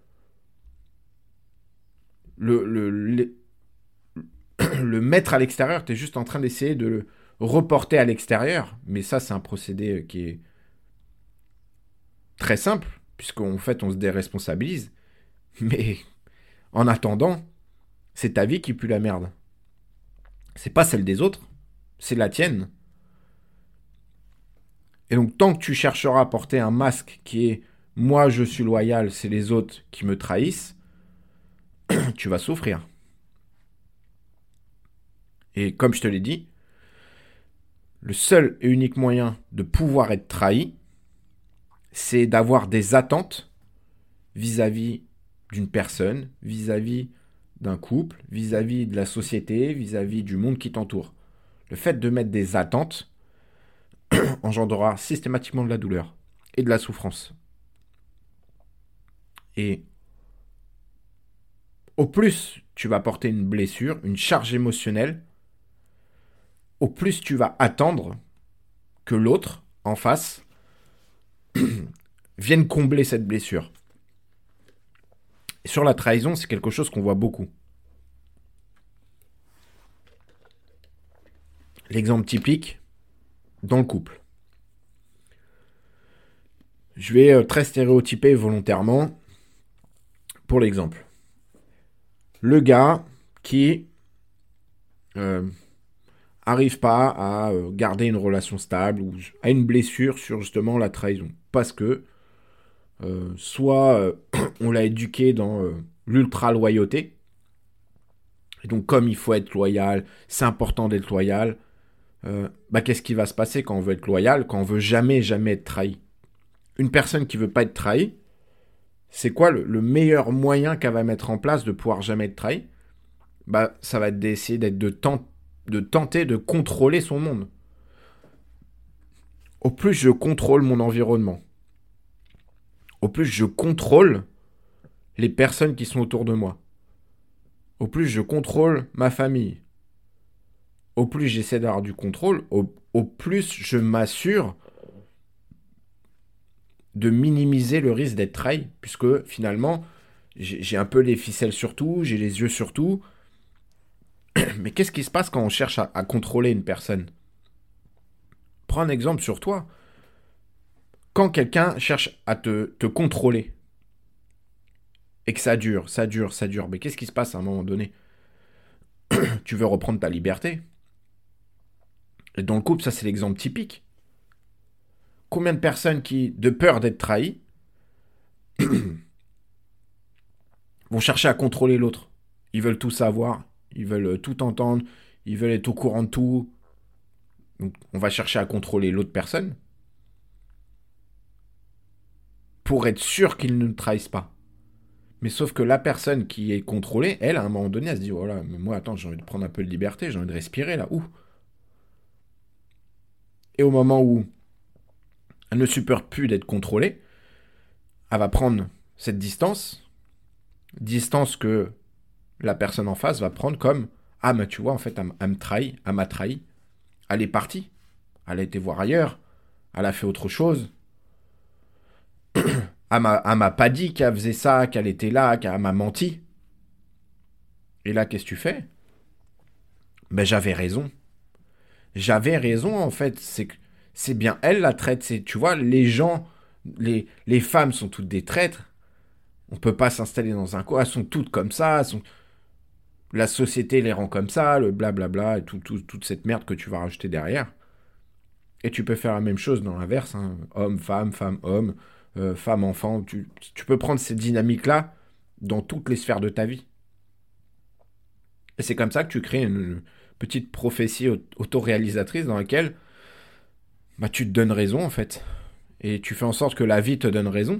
le, le, le, le mettre à l'extérieur, t'es juste en train d'essayer de le reporter à l'extérieur. Mais ça, c'est un procédé qui est très simple, puisqu'en fait, on se déresponsabilise. Mais en attendant, c'est ta vie qui pue la merde. C'est pas celle des autres, c'est la tienne. Et donc, tant que tu chercheras à porter un masque qui est « moi, je suis loyal, c'est les autres qui me trahissent », tu vas souffrir. Et comme je te l'ai dit, le seul et unique moyen de pouvoir être trahi, c'est d'avoir des attentes vis-à-vis d'une personne, vis-à-vis d'un couple, vis-à-vis de la société, vis-à-vis du monde qui t'entoure. Le fait de mettre des attentes engendrera systématiquement de la douleur et de la souffrance. Et au plus tu vas porter une blessure, une charge émotionnelle, au plus tu vas attendre que l'autre, en face, vienne combler cette blessure. Et sur la trahison, c'est quelque chose qu'on voit beaucoup. L'exemple typique, dans le couple. Je vais euh, très stéréotyper volontairement pour l'exemple. Le gars qui euh, arrive pas à euh, garder une relation stable ou a une blessure sur justement la trahison. Parce que euh, soit euh, on l'a éduqué dans euh, l'ultra-loyauté. Et donc comme il faut être loyal, c'est important d'être loyal. Euh, bah, qu'est-ce qui va se passer quand on veut être loyal, quand on veut jamais, jamais être trahi? Une personne qui veut pas être trahie, c'est quoi le, le meilleur moyen qu'elle va mettre en place de pouvoir jamais être trahie? Bah, ça va être d'essayer d'être de, tent- de tenter de contrôler son monde. Au plus je contrôle mon environnement, au plus je contrôle les personnes qui sont autour de moi, au plus je contrôle ma famille, au plus j'essaie d'avoir du contrôle, au, au plus je m'assure de minimiser le risque d'être trahi, puisque finalement, j'ai, j'ai un peu les ficelles sur tout, j'ai les yeux sur tout. Mais qu'est-ce qui se passe quand on cherche à, à contrôler une personne? Prends un exemple sur toi. Quand quelqu'un cherche à te, te contrôler, et que ça dure, ça dure, ça dure, mais qu'est-ce qui se passe à un moment donné? Tu veux reprendre ta liberté. Et dans le couple, ça c'est l'exemple typique. Combien de personnes qui, de peur d'être trahies, vont chercher à contrôler l'autre? Ils veulent tout savoir, ils veulent tout entendre, ils veulent être au courant de tout. Donc on va chercher à contrôler l'autre personne pour être sûr qu'ils ne trahissent pas. Mais sauf que la personne qui est contrôlée, elle, à un moment donné, elle se dit, voilà, mais moi, attends, j'ai envie de prendre un peu de liberté, j'ai envie de respirer, là, ouh. Et au moment où elle ne supporte plus d'être contrôlée, elle va prendre cette distance, distance que la personne en face va prendre comme, ah, mais tu vois, en fait, elle, elle me trahit, elle m'a trahi, elle est partie, elle a été voir ailleurs, elle a fait autre chose, elle m'a, elle m'a pas dit qu'elle faisait ça, qu'elle était là, qu'elle m'a menti. Et là, qu'est-ce que tu fais? Ben, j'avais raison. J'avais raison, en fait. C'est que c'est bien elle la traite. C'est, tu vois, les gens, les, les femmes sont toutes des traîtres. On peut pas s'installer dans un coin. Elles sont toutes comme ça. Elles sont... La société les rend comme ça, le blablabla, et tout, tout, toute cette merde que tu vas rajouter derrière. Et tu peux faire la même chose dans l'inverse. Hein. Homme, femme, femme, homme, euh, femme, enfant. Tu, tu peux prendre ces dynamiques-là dans toutes les sphères de ta vie. Et c'est comme ça que tu crées une petite prophétie autoréalisatrice dans laquelle bah, tu te donnes raison en fait. Et tu fais en sorte que la vie te donne raison.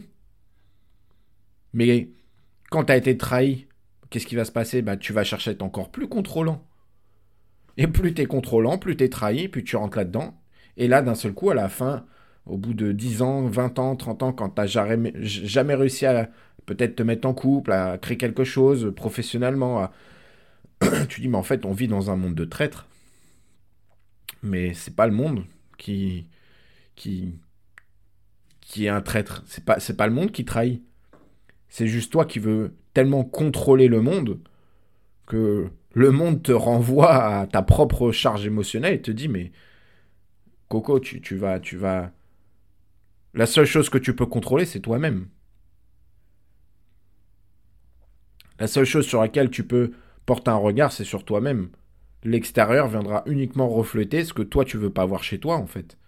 Mais quand tu as été trahi, qu'est-ce qui va se passer? Bah, tu vas chercher à être encore plus contrôlant. Et plus tu es contrôlant, plus tu es trahi, plus tu rentres là-dedans. Et là, d'un seul coup, à la fin, au bout de dix ans, vingt ans, trente ans, quand tu n'as jamais, jamais réussi à peut-être te mettre en couple, à créer quelque chose professionnellement, à... tu dis, mais en fait, on vit dans un monde de traîtres. Mais c'est pas le monde qui, qui, qui est un traître. C'est pas, c'est pas le monde qui trahit. C'est juste toi qui veux tellement contrôler le monde que le monde te renvoie à ta propre charge émotionnelle et te dit, mais Coco, tu, tu vas, tu vas. La seule chose que tu peux contrôler, c'est toi-même. La seule chose sur laquelle tu peux porter un regard, c'est sur toi-même. L'extérieur viendra uniquement refléter ce que toi tu veux pas voir chez toi, en fait.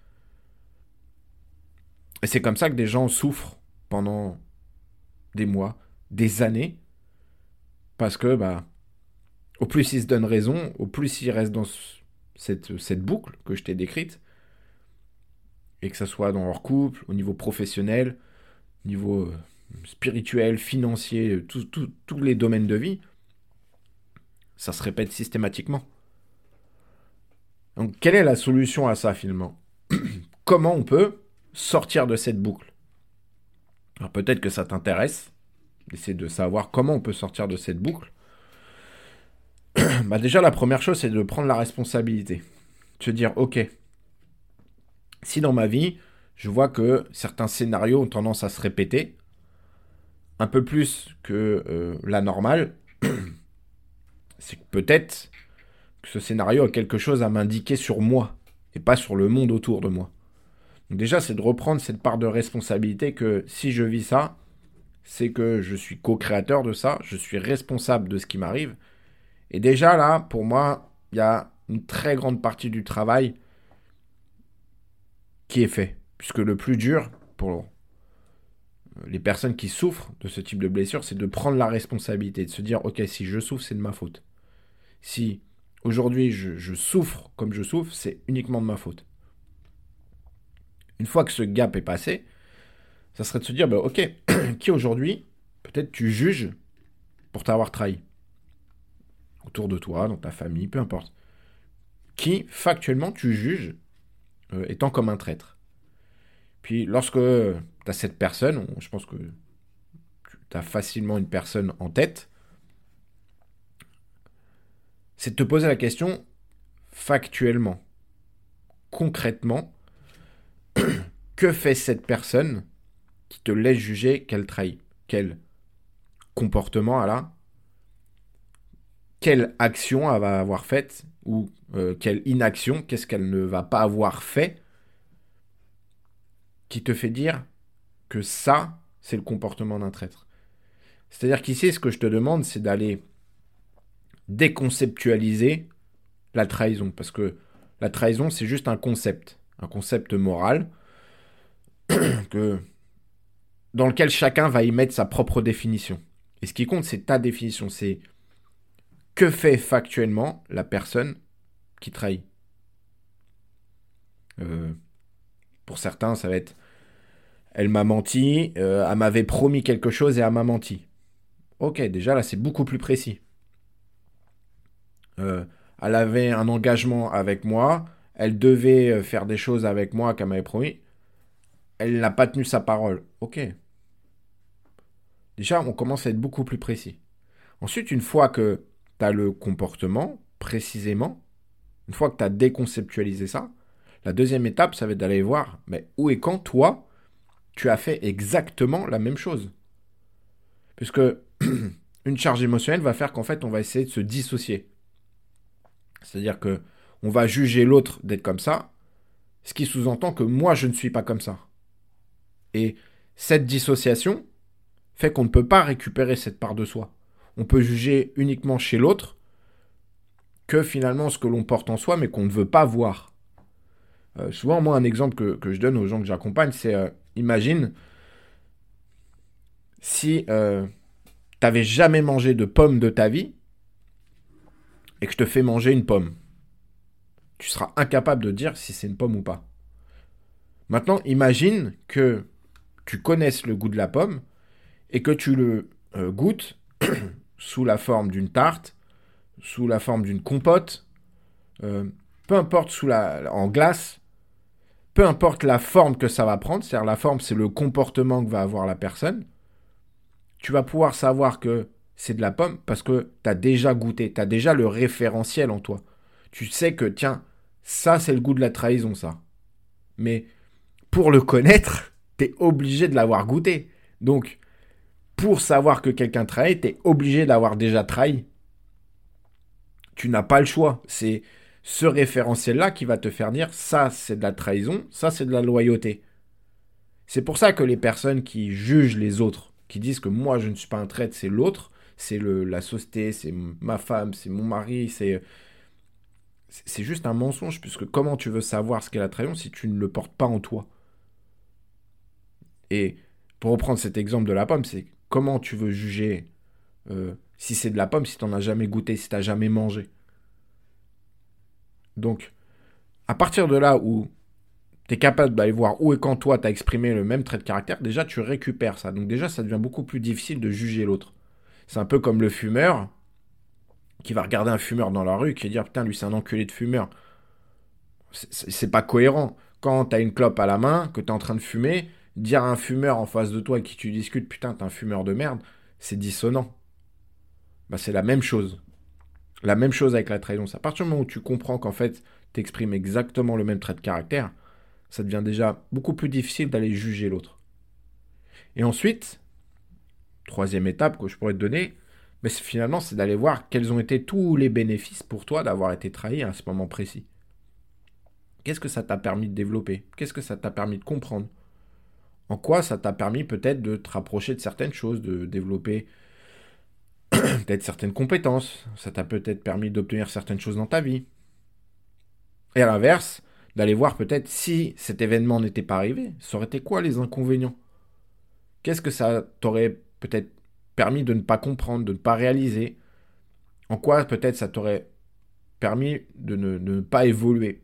Et c'est comme ça que des gens souffrent pendant des mois, des années, parce que, bah, au plus ils se donnent raison, au plus ils restent dans cette, cette boucle que je t'ai décrite, et que ça soit dans leur couple, au niveau professionnel, au niveau euh, spirituel, financier, tous tout, tous les domaines de vie, ça se répète systématiquement. Donc, quelle est la solution à ça, finalement? Comment on peut sortir de cette boucle? Alors, peut-être que ça t'intéresse d'essayer de savoir comment on peut sortir de cette boucle. Bah déjà, la première chose, c'est de prendre la responsabilité. De se dire, ok, si dans ma vie, je vois que certains scénarios ont tendance à se répéter, un peu plus que euh, la normale, c'est que peut-être que ce scénario a quelque chose à m'indiquer sur moi. et pas sur le monde autour de moi. Donc déjà, c'est de reprendre cette part de responsabilité que si je vis ça, c'est que je suis co-créateur de ça, je suis responsable de ce qui m'arrive. Et déjà là, pour moi, il y a une très grande partie du travail qui est fait. Puisque le plus dur pour les personnes qui souffrent de ce type de blessure, c'est de prendre la responsabilité, de se dire, ok, si je souffre, c'est de ma faute. Si aujourd'hui je, je souffre comme je souffre, c'est uniquement de ma faute. Une fois que ce gap est passé, ça serait de se dire, bah, ok, qui aujourd'hui, peut-être tu juges pour t'avoir trahi. Autour de toi, dans ta famille, peu importe. Qui, factuellement, tu juges euh, étant comme un traître. Puis, lorsque tu as cette personne, je pense que tu as facilement une personne en tête, c'est de te poser la question, factuellement, concrètement, que fait cette personne qui te laisse juger qu'elle trahit? Quel comportement elle a? Quelle action elle va avoir faite? Ou euh, quelle inaction? Qu'est-ce qu'elle ne va pas avoir fait? Qui te fait dire que ça, c'est le comportement d'un traître. C'est-à-dire qu'ici, ce que je te demande, c'est d'aller déconceptualiser la trahison. Parce que la trahison, c'est juste un concept. Un concept moral que, dans lequel chacun va y mettre sa propre définition. Et ce qui compte, c'est ta définition. C'est que fait factuellement la personne qui trahit. Euh, pour certains, ça va être elle m'a menti, euh, elle m'avait promis quelque chose et elle m'a menti. Ok, déjà là, c'est beaucoup plus précis. Euh, elle avait un engagement avec moi, elle devait faire des choses avec moi qu'elle m'avait promis, elle n'a pas tenu sa parole. Ok. Déjà, on commence à être beaucoup plus précis. Ensuite, une fois que tu as le comportement, précisément, une fois que tu as déconceptualisé ça, la deuxième étape, ça va être d'aller voir, mais où et quand, toi, tu as fait exactement la même chose. Puisque une charge émotionnelle va faire qu'en fait, on va essayer de se dissocier. C'est-à-dire que on va juger l'autre d'être comme ça, ce qui sous-entend que moi, je ne suis pas comme ça. Et cette dissociation fait qu'on ne peut pas récupérer cette part de soi. On peut juger uniquement chez l'autre que finalement ce que l'on porte en soi, mais qu'on ne veut pas voir. Euh, souvent, moi, un exemple que, que je donne aux gens que j'accompagne, c'est euh, imagine si euh, t'avais jamais mangé de pomme de ta vie et que je te fais manger une pomme. Tu seras incapable de dire si c'est une pomme ou pas. Maintenant, imagine que tu connaisses le goût de la pomme et que tu le euh, goûtes sous la forme d'une tarte, sous la forme d'une compote, euh, peu importe sous la, en glace, peu importe la forme que ça va prendre, c'est-à-dire la forme, c'est le comportement que va avoir la personne, tu vas pouvoir savoir que c'est de la pomme parce que tu as déjà goûté, tu as déjà le référentiel en toi. Tu sais que, tiens, ça c'est le goût de la trahison, ça. Mais pour le connaître, tu es obligé de l'avoir goûté. Donc, pour savoir que quelqu'un trahit, tu es obligé d'avoir déjà trahi. Tu n'as pas le choix. C'est ce référentiel-là qui va te faire dire ça c'est de la trahison, ça c'est de la loyauté. C'est pour ça que les personnes qui jugent les autres, qui disent que moi je ne suis pas un traître, c'est l'autre, c'est le, la société, c'est ma femme, c'est mon mari, c'est, c'est juste un mensonge, puisque comment tu veux savoir ce qu'est la trahison si tu ne le portes pas en toi? Et pour reprendre cet exemple de la pomme, c'est comment tu veux juger euh, si c'est de la pomme, si tu n'en as jamais goûté, si tu n'as jamais mangé. Donc, à partir de là où tu es capable d'aller voir où et quand toi tu as exprimé le même trait de caractère, déjà tu récupères ça. Donc déjà ça devient beaucoup plus difficile de juger l'autre. C'est un peu comme le fumeur qui va regarder un fumeur dans la rue et qui va dire putain lui c'est un enculé de fumeur. C'est, c'est, c'est pas cohérent. Quand tu as une clope à la main, que tu es en train de fumer, dire à un fumeur en face de toi avec qui tu discutes putain t'es un fumeur de merde, c'est dissonant. Bah c'est la même chose. La même chose avec la trahison. C'est à partir du moment où tu comprends qu'en fait tu exprimes exactement le même trait de caractère, ça devient déjà beaucoup plus difficile d'aller juger l'autre. Et ensuite, troisième étape que je pourrais te donner, mais c'est, finalement, c'est d'aller voir quels ont été tous les bénéfices pour toi d'avoir été trahi à ce moment précis. Qu'est-ce que ça t'a permis de développer? Qu'est-ce que ça t'a permis de comprendre? En quoi ça t'a permis peut-être de te rapprocher de certaines choses, de développer peut-être certaines compétences? Ça t'a peut-être permis d'obtenir certaines choses dans ta vie. Et à l'inverse, d'aller voir peut-être si cet événement n'était pas arrivé, ça aurait été quoi les inconvénients? Qu'est-ce que ça t'aurait peut-être permis de ne pas comprendre, de ne pas réaliser? En quoi peut-être ça t'aurait permis de ne, de ne pas évoluer?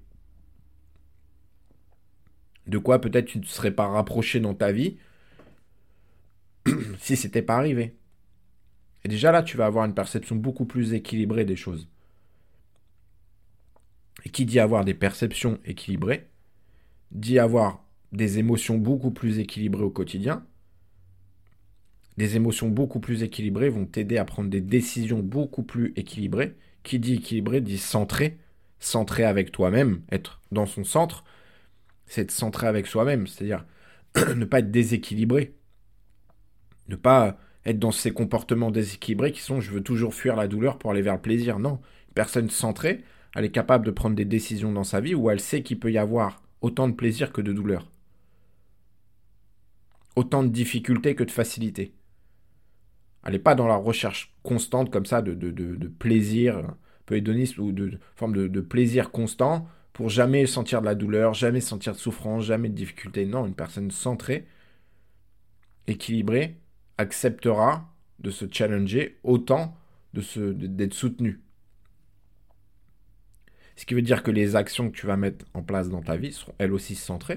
De quoi peut-être tu ne te serais pas rapproché dans ta vie si c'était pas arrivé? Et déjà là, tu vas avoir une perception beaucoup plus équilibrée des choses. Et qui dit avoir des perceptions équilibrées, dit avoir des émotions beaucoup plus équilibrées au quotidien. Des émotions beaucoup plus équilibrées vont t'aider à prendre des décisions beaucoup plus équilibrées. Qui dit équilibré dit centré. Centré avec toi-même, être dans son centre, c'est être centré avec soi-même. C'est-à-dire ne pas être déséquilibré. Ne pas être dans ces comportements déséquilibrés qui sont je veux toujours fuir la douleur pour aller vers le plaisir. Non, une personne centrée, elle est capable de prendre des décisions dans sa vie où elle sait qu'il peut y avoir autant de plaisir que de douleur. Autant de difficultés que de facilité. Elle n'est pas dans la recherche constante comme ça de, de, de, de plaisir, un peu hédoniste ou de, de forme de, de plaisir constant pour jamais sentir de la douleur, jamais sentir de souffrance, jamais de difficulté. Non, une personne centrée, équilibrée, acceptera de se challenger autant de se, de, d'être soutenue. Ce qui veut dire que les actions que tu vas mettre en place dans ta vie seront elles aussi centrées.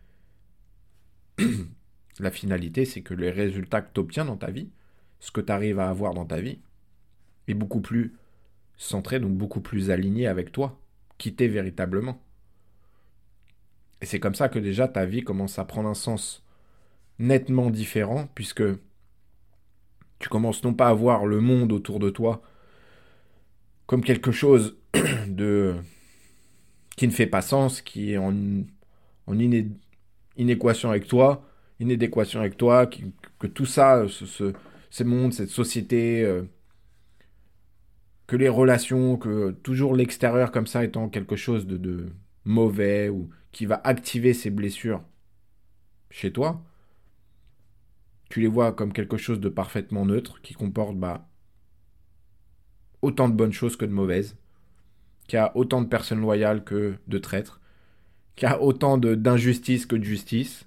La finalité, c'est que les résultats que tu obtiens dans ta vie, ce que tu arrives à avoir dans ta vie, est beaucoup plus centré, donc beaucoup plus aligné avec toi, qui t'es véritablement. Et c'est comme ça que déjà ta vie commence à prendre un sens nettement différent, puisque tu commences non pas à voir le monde autour de toi comme quelque chose de qui ne fait pas sens, qui est en, en iné... inéquation avec toi, inadéquation avec toi, qui... que tout ça, ce, ce, ces mondes, cette société, euh, que les relations, que toujours l'extérieur comme ça étant quelque chose de, de mauvais ou qui va activer ces blessures chez toi, tu les vois comme quelque chose de parfaitement neutre, qui comporte bah, autant de bonnes choses que de mauvaises, qui a autant de personnes loyales que de traîtres, qui a autant de, d'injustice que de justice.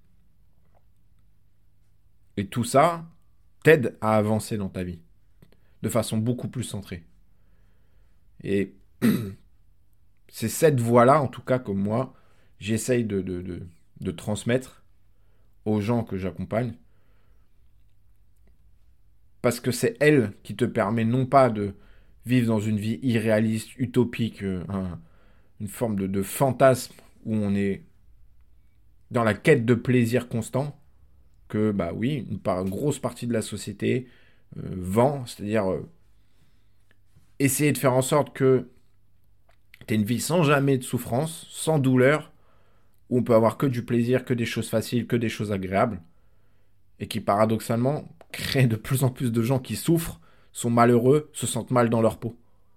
Et tout ça t'aide à avancer dans ta vie, de façon beaucoup plus centrée. Et c'est cette voie-là, en tout cas, que moi, j'essaye de, de, de, de transmettre aux gens que j'accompagne, parce que c'est elle qui te permet non pas de vivre dans une vie irréaliste, utopique, un, une forme de, de fantasme où on est dans la quête de plaisir constant, que, bah oui, une, part, une grosse partie de la société euh, vend, c'est-à-dire euh, essayer de faire en sorte que tu aies une vie sans jamais de souffrance, sans douleur, où on peut avoir que du plaisir, que des choses faciles, que des choses agréables, et qui paradoxalement crée de plus en plus de gens qui souffrent, sont malheureux, se sentent mal dans leur peau.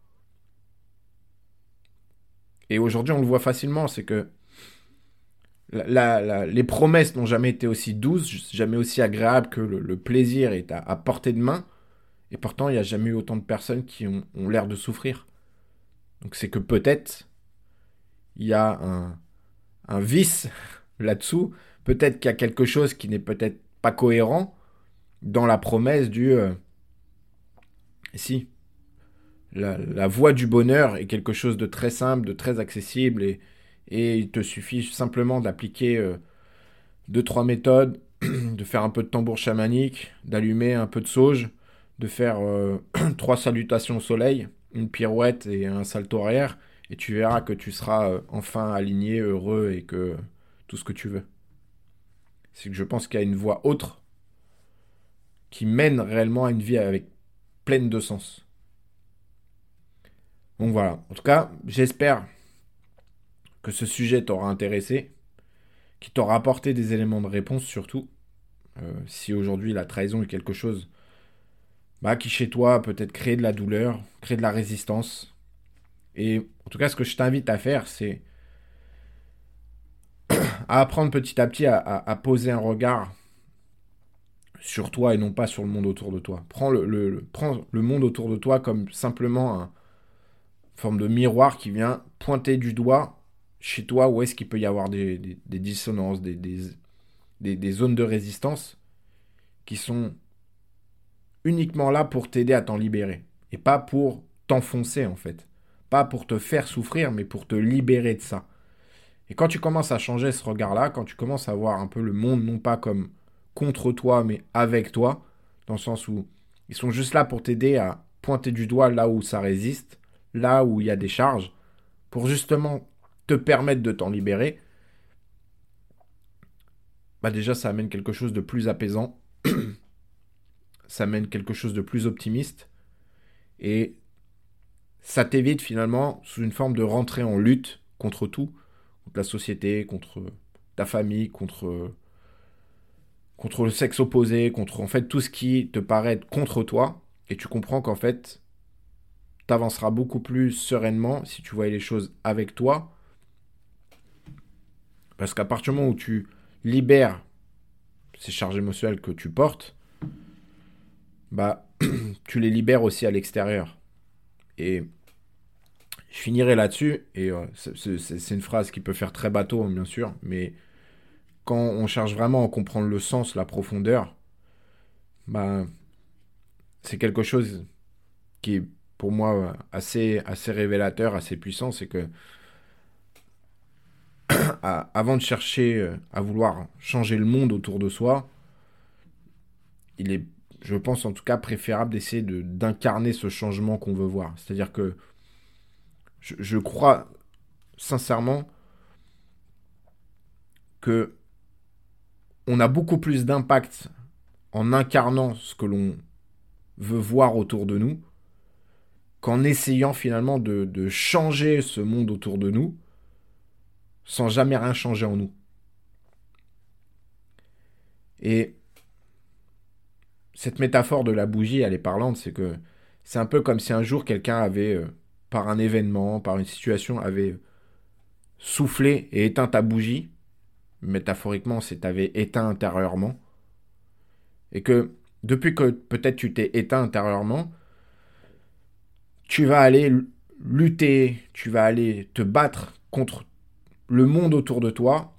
Et aujourd'hui, on le voit facilement, c'est que la, la, la, les promesses n'ont jamais été aussi douces, jamais aussi agréables, que le, le plaisir est à, à portée de main, et pourtant, il n'y a jamais eu autant de personnes qui ont, ont l'air de souffrir. Donc c'est que peut-être, il y a un, un vice là-dessous, peut-être qu'il y a quelque chose qui n'est peut-être pas cohérent dans la promesse du... Euh, si, la, la voie du bonheur est quelque chose de très simple, de très accessible, et, et il te suffit simplement d'appliquer euh, deux, trois méthodes, de faire un peu de tambour chamanique, d'allumer un peu de sauge, de faire euh, trois salutations au soleil, une pirouette et un salto arrière, et tu verras que tu seras euh, enfin aligné, heureux, et que tout ce que tu veux. C'est que je pense qu'il y a une voie autre qui mène réellement à une vie avec pleine de sens. Donc voilà. En tout cas, j'espère que ce sujet t'aura intéressé, qu'il t'aura apporté des éléments de réponse surtout. Euh, si aujourd'hui la trahison est quelque chose bah, qui chez toi peut-être crée de la douleur, crée de la résistance. Et en tout cas, ce que je t'invite à faire, c'est à apprendre petit à petit à, à- à poser un regard sur toi et non pas sur le monde autour de toi. Prends le, le- le- prends le monde autour de toi comme simplement une forme de miroir qui vient pointer du doigt chez toi où est-ce qu'il peut y avoir des, des- des dissonances, des, des- des- des zones de résistance qui sont uniquement là pour t'aider à t'en libérer. Et pas pour t'enfoncer en fait. Pas pour te faire souffrir, mais pour te libérer de ça. Et quand tu commences à changer ce regard-là, quand tu commences à voir un peu le monde non pas comme contre toi, mais avec toi, dans le sens où ils sont juste là pour t'aider à pointer du doigt là où ça résiste, là où il y a des charges, pour justement te permettre de t'en libérer, bah déjà ça amène quelque chose de plus apaisant, ça amène quelque chose de plus optimiste, et ça t'évite finalement, sous une forme de rentrée en lutte contre tout, contre la société, contre ta famille, contre contre le sexe opposé, contre en fait tout ce qui te paraît être contre toi, et tu comprends qu'en fait, t'avanceras beaucoup plus sereinement si tu voyais les choses avec toi, parce qu'à partir du moment où tu libères ces charges émotionnelles que tu portes, bah tu les libères aussi à l'extérieur. Et je finirai là-dessus, et euh, c'est, c'est- c'est une phrase qui peut faire très bateau, hein, bien sûr, mais quand on cherche vraiment à comprendre le sens, la profondeur, bah c'est quelque chose qui est pour moi assez, assez révélateur, assez puissant, c'est que à- avant de chercher euh, à vouloir changer le monde autour de soi, il est, je pense en tout cas, préférable d'essayer de, d'incarner ce changement qu'on veut voir. C'est-à-dire que je, je crois sincèrement que on a beaucoup plus d'impact en incarnant ce que l'on veut voir autour de nous qu'en essayant finalement de, de changer ce monde autour de nous sans jamais rien changer en nous. Et cette métaphore de la bougie, elle est parlante, c'est que c'est un peu comme si un jour quelqu'un avait, euh, par un événement, par une situation, avait soufflé et éteint ta bougie. Métaphoriquement, c'est t'avais éteint intérieurement. Et que depuis que peut-être tu t'es éteint intérieurement, tu vas aller lutter, tu vas aller te battre contre le monde autour de toi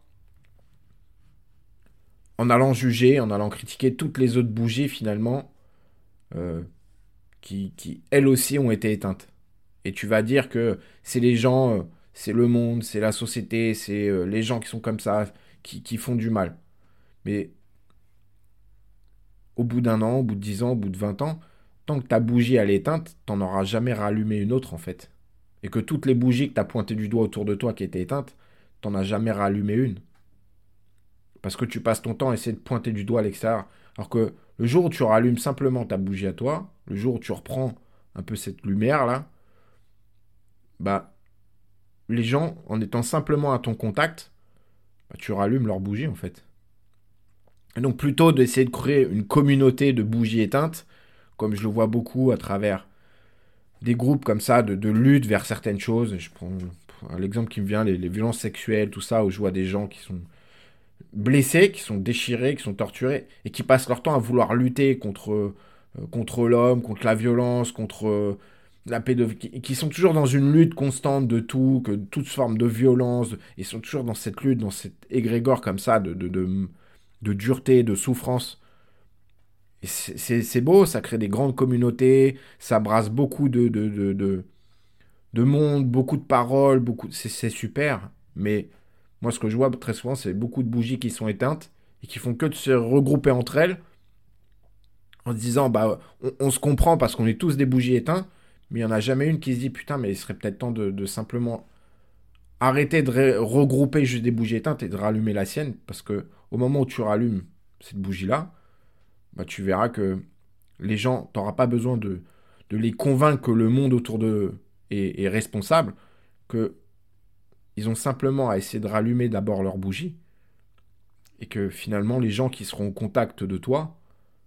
en allant juger, en allant critiquer toutes les autres bougies finalement euh, qui, qui, elles aussi, ont été éteintes. Et tu vas dire que c'est les gens, euh, c'est le monde, c'est la société, c'est euh, les gens qui sont comme ça, qui, qui font du mal. Mais au bout d'un an, au bout de dix ans, au bout de vingt ans, tant que ta bougie elle est éteinte, t'en auras jamais rallumé une autre en fait. Et que toutes les bougies que t'as pointées du doigt autour de toi qui étaient éteintes, t'en as jamais rallumé une. Parce que tu passes ton temps à essayer de pointer du doigt à l'extérieur. Alors que le jour où tu rallumes simplement ta bougie à toi, le jour où tu reprends un peu cette lumière là, bah les gens, en étant simplement à ton contact, bah, tu rallumes leur bougie en fait. Et donc plutôt d'essayer de créer une communauté de bougies éteintes, comme je le vois beaucoup à travers des groupes comme ça de, de lutte vers certaines choses. Je prends l'exemple qui me vient, les, les violences sexuelles, tout ça, où je vois des gens qui sont blessés, qui sont déchirés, qui sont torturés, et qui passent leur temps à vouloir lutter contre, euh, contre l'homme, contre la violence, contre euh, la pédophilie, qui, qui sont toujours dans une lutte constante de tout, que toute forme de violence, ils sont toujours dans cette lutte, dans cet égrégore comme ça de, de, de, de dureté, de souffrance. Et c'est c'est- c'est beau, ça crée des grandes communautés, ça brasse beaucoup de, de, de, de, de monde, beaucoup de paroles, beaucoup, c'est c'est super, mais moi, ce que je vois très souvent, c'est beaucoup de bougies qui sont éteintes et qui font que de se regrouper entre elles en se disant, bah, on, on se comprend parce qu'on est tous des bougies éteintes, mais il n'y en a jamais une qui se dit, putain, mais il serait peut-être temps de, de simplement arrêter de ré- regrouper juste des bougies éteintes et de rallumer la sienne, parce que au moment où tu rallumes cette bougie-là, bah, tu verras que les gens, tu n'auras pas besoin de, de les convaincre que le monde autour d'eux est, est responsable, que ils ont simplement à essayer de rallumer d'abord leur bougie et que finalement les gens qui seront au contact de toi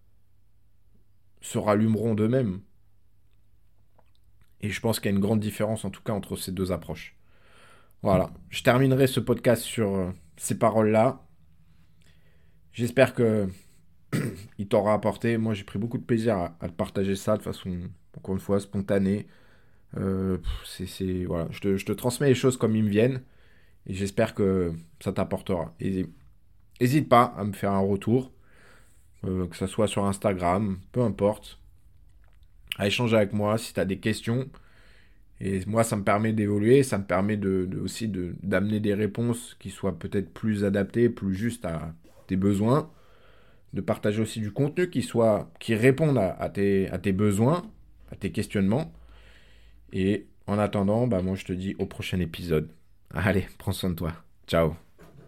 se rallumeront d'eux-mêmes. Et je pense qu'il y a une grande différence en tout cas entre ces deux approches. Voilà, je terminerai ce podcast sur, ces paroles-là. J'espère que il t'aura apporté. Moi, j'ai pris beaucoup de plaisir à, à te partager ça de façon, encore une fois, spontanée. Euh, c'est, c'est, voilà, je te, je te transmets les choses comme ils me viennent et j'espère que ça t'apportera. Et n'hésite pas à me faire un retour, euh, que ce soit sur Instagram, peu importe, à échanger avec moi si tu as des questions. Et moi, ça me permet d'évoluer, ça me permet de, de- aussi de, d'amener des réponses qui soient peut-être plus adaptées, plus justes à tes besoins, de partager aussi du contenu qui soit, qui réponde à, à tes, à tes besoins, à tes questionnements. Et en attendant, bah moi je te dis au prochain épisode. Allez, prends soin de toi. Ciao.